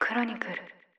クロニクル。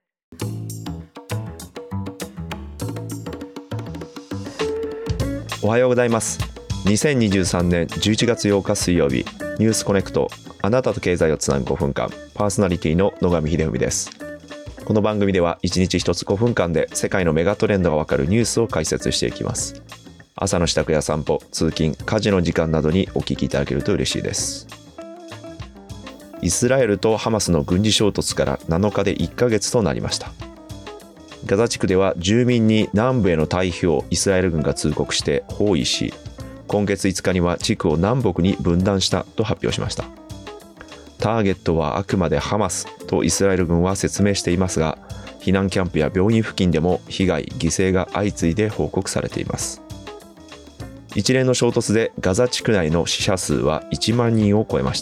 おはようございます。2023年11月8日水曜日、ニュースコネクト、あなたと経済をつなぐ5分間、パーソナリティの野上秀文です。この番組では1日1つ5分間で世界のメガトレンドがわかるニュースを解説していきます。朝の支度や散歩、通勤、家事の時間などにお聞きいただけると嬉しいです。イスラエルとハマスの軍事衝突から7日で1ヶ月となりました。ガザ地区では住民に南部への退避をイスラエル軍が通告して包囲し、今月5日には地区を南北に分断したと発表しました。ターゲットはあくまでハマスとイスラエル軍は説明していますが、避難キャンプや病院付近でも被害・犠牲が相次いで報告されています。一連の衝突でガザ地区内の死者数は1万人を超えました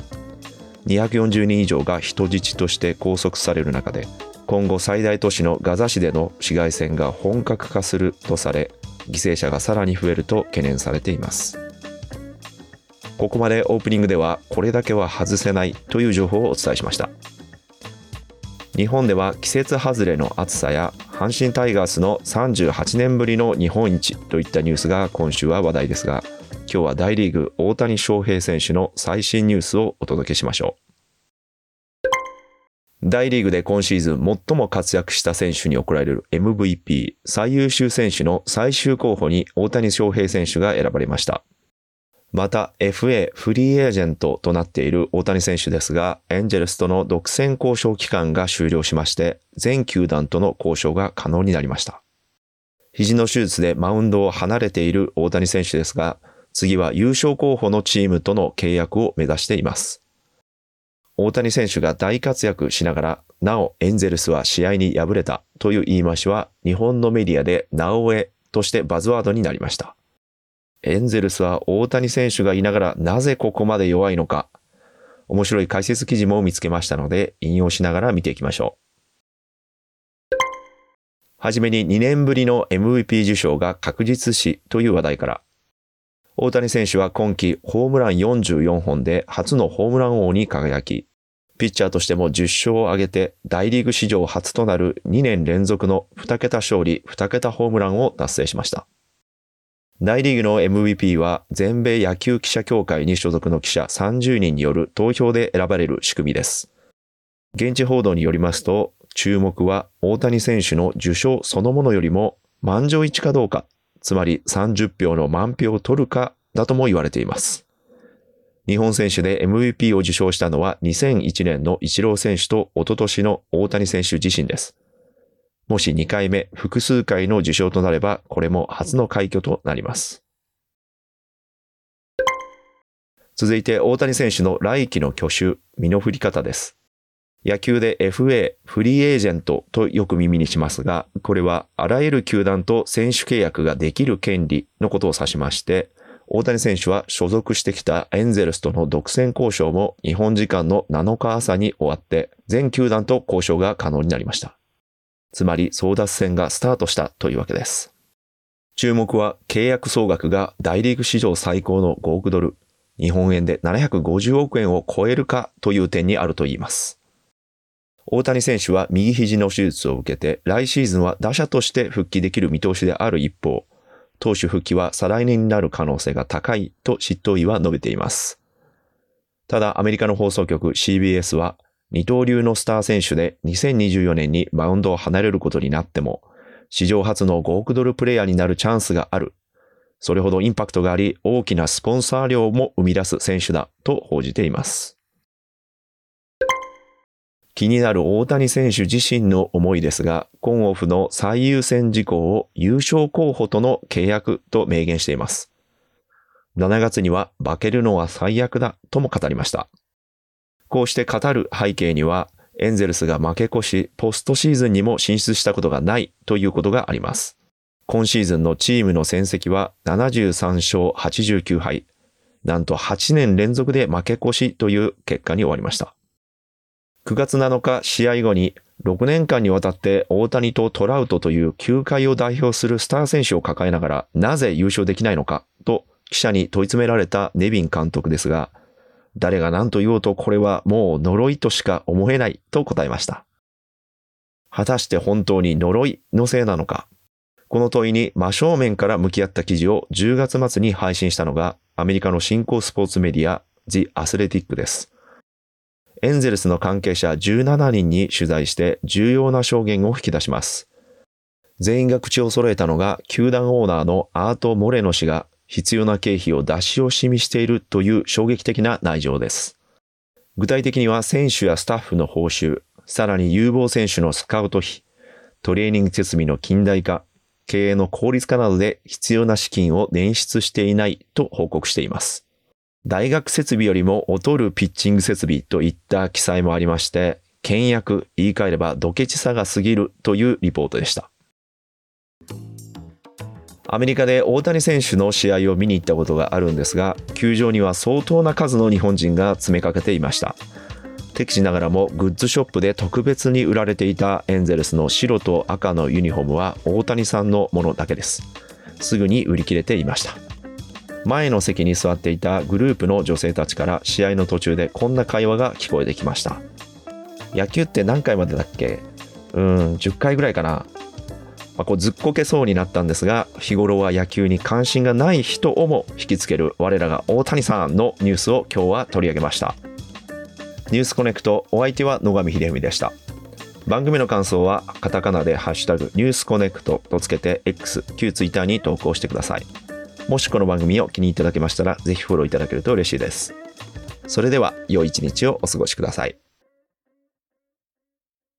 。240人以上が人質として拘束される中で、今後最大都市のガザ市での市街戦が本格化するとされ、犠牲者がさらに増えると懸念されています。ここまでオープニングではこれだけは外せないという情報をお伝えしました。日本では季節外れの暑さや阪神タイガースの38年ぶりの日本一といったニュースが今週は話題ですが、今日は大リーグ大谷翔平選手の最新ニュースをお届けしましょう。大リーグで今シーズン最も活躍した選手に贈られる MVP 最優秀選手の最終候補に大谷翔平選手が選ばれました。また FA フリーエージェントとなっている大谷選手ですが、エンジェルスとの独占交渉期間が終了しまして、全球団との交渉が可能になりました。肘の手術でマウンドを離れている大谷選手ですが、次は優勝候補のチームとの契約を目指しています。大谷選手が大活躍しながら、なおエンゼルスは試合に敗れたという言い回しは日本のメディアでなおエとしてバズワードになりました。エンゼルスは大谷選手がいながらなぜここまで弱いのか、面白い解説記事も見つけましたので引用しながら見ていきましょう。はじめに2年ぶりの MVP 受賞が確実視という話題から。大谷選手は今季ホームラン44本で初のホームラン王に輝き、ピッチャーとしても10勝を挙げて大リーグ史上初となる2年連続の2桁勝利2桁ホームランを達成しました。大リーグの MVP は全米野球記者協会に所属の記者30人による投票で選ばれる仕組みです。現地報道によりますと、注目は大谷選手の受賞そのものよりも満場一致かどうか、つまり30票の満票を取るかだとも言われています。日本選手で MVP を受賞したのは2001年のイチロー選手と一昨年の大谷選手自身です。もし2回目、複数回の受賞となれば、これも初の快挙となります。続いて大谷選手の来季の去就、身の振り方です。野球で FA、フリーエージェントとよく耳にしますが、これはあらゆる球団と選手契約ができる権利のことを指しまして、大谷選手は所属してきたエンゼルスとの独占交渉も日本時間の7日朝に終わって、全球団と交渉が可能になりました。つまり争奪戦がスタートしたというわけです。注目は契約総額が大リーグ史上最高の5億ドル、日本円で750億円を超えるかという点にあると言います。大谷選手は右肘の手術を受けて、来シーズンは打者として復帰できる見通しである一方、投手復帰は再来年になる可能性が高いと執刀医は述べています。ただアメリカの放送局 CBS は、二刀流のスター選手で2024年にマウンドを離れることになっても、史上初の5億ドルプレイヤーになるチャンスがある。それほどインパクトがあり、大きなスポンサー料も生み出す選手だと報じています。気になる大谷選手自身の思いですが、今オフの最優先事項を優勝候補との契約と明言しています。7月には負けるのは最悪だとも語りました。こうして語る背景には、エンゼルスが負け越し、ポストシーズンにも進出したことがないということがあります。今シーズンのチームの戦績は73勝89敗。なんと8年連続で負け越しという結果に終わりました。9月7日試合後に6年間にわたって大谷とトラウトという球界を代表するスター選手を抱えながらなぜ優勝できないのかと記者に問い詰められたネビン監督ですが、誰が何と言おうとこれはもう呪いとしか思えないと答えました。 果たして本当に呪いのせいなのか。この問いに真正面から向き合った記事を10月末に配信したのがアメリカの新興スポーツメディア The Athletic です。エンゼルスの関係者17人に取材して重要な証言を引き出します。全員が口を揃えたのが球団オーナーのアート・モレノ氏が必要な経費を出し惜しみしているという衝撃的な内情です。具体的には選手やスタッフの報酬、さらに有望選手のスカウト費、トレーニング設備の近代化、経営の効率化などで必要な資金を捻出していないと報告しています。大学設備よりも劣るピッチング設備といった記載もありまして、倹約、言い換えればドケチさが過ぎるというリポートでした。アメリカで大谷選手の試合を見に行ったことがあるんですが、球場には相当な数の日本人が詰めかけていました。敵地ながらもグッズショップで特別に売られていたエンゼルスの白と赤のユニフォームは大谷さんのものだけです。すぐに売り切れていました。前の席に座っていたグループの女性たちから試合の途中でこんな会話が聞こえてきました。野球って何回までだっけ？10回ぐらいかな。ずっこけそうになったんですが、日頃は野球に関心がない人をも引きつける我らが大谷さんのニュースを今日は取り上げました。ニュースコネクト、お相手は野上秀文でした。番組の感想はカタカナでハッシュタグニュースコネクトとつけて X、旧ツイッターに投稿してください。もしこの番組を気に入っていただけましたら、ぜひフォローいただけると嬉しいです。それでは良い一日をお過ごしください。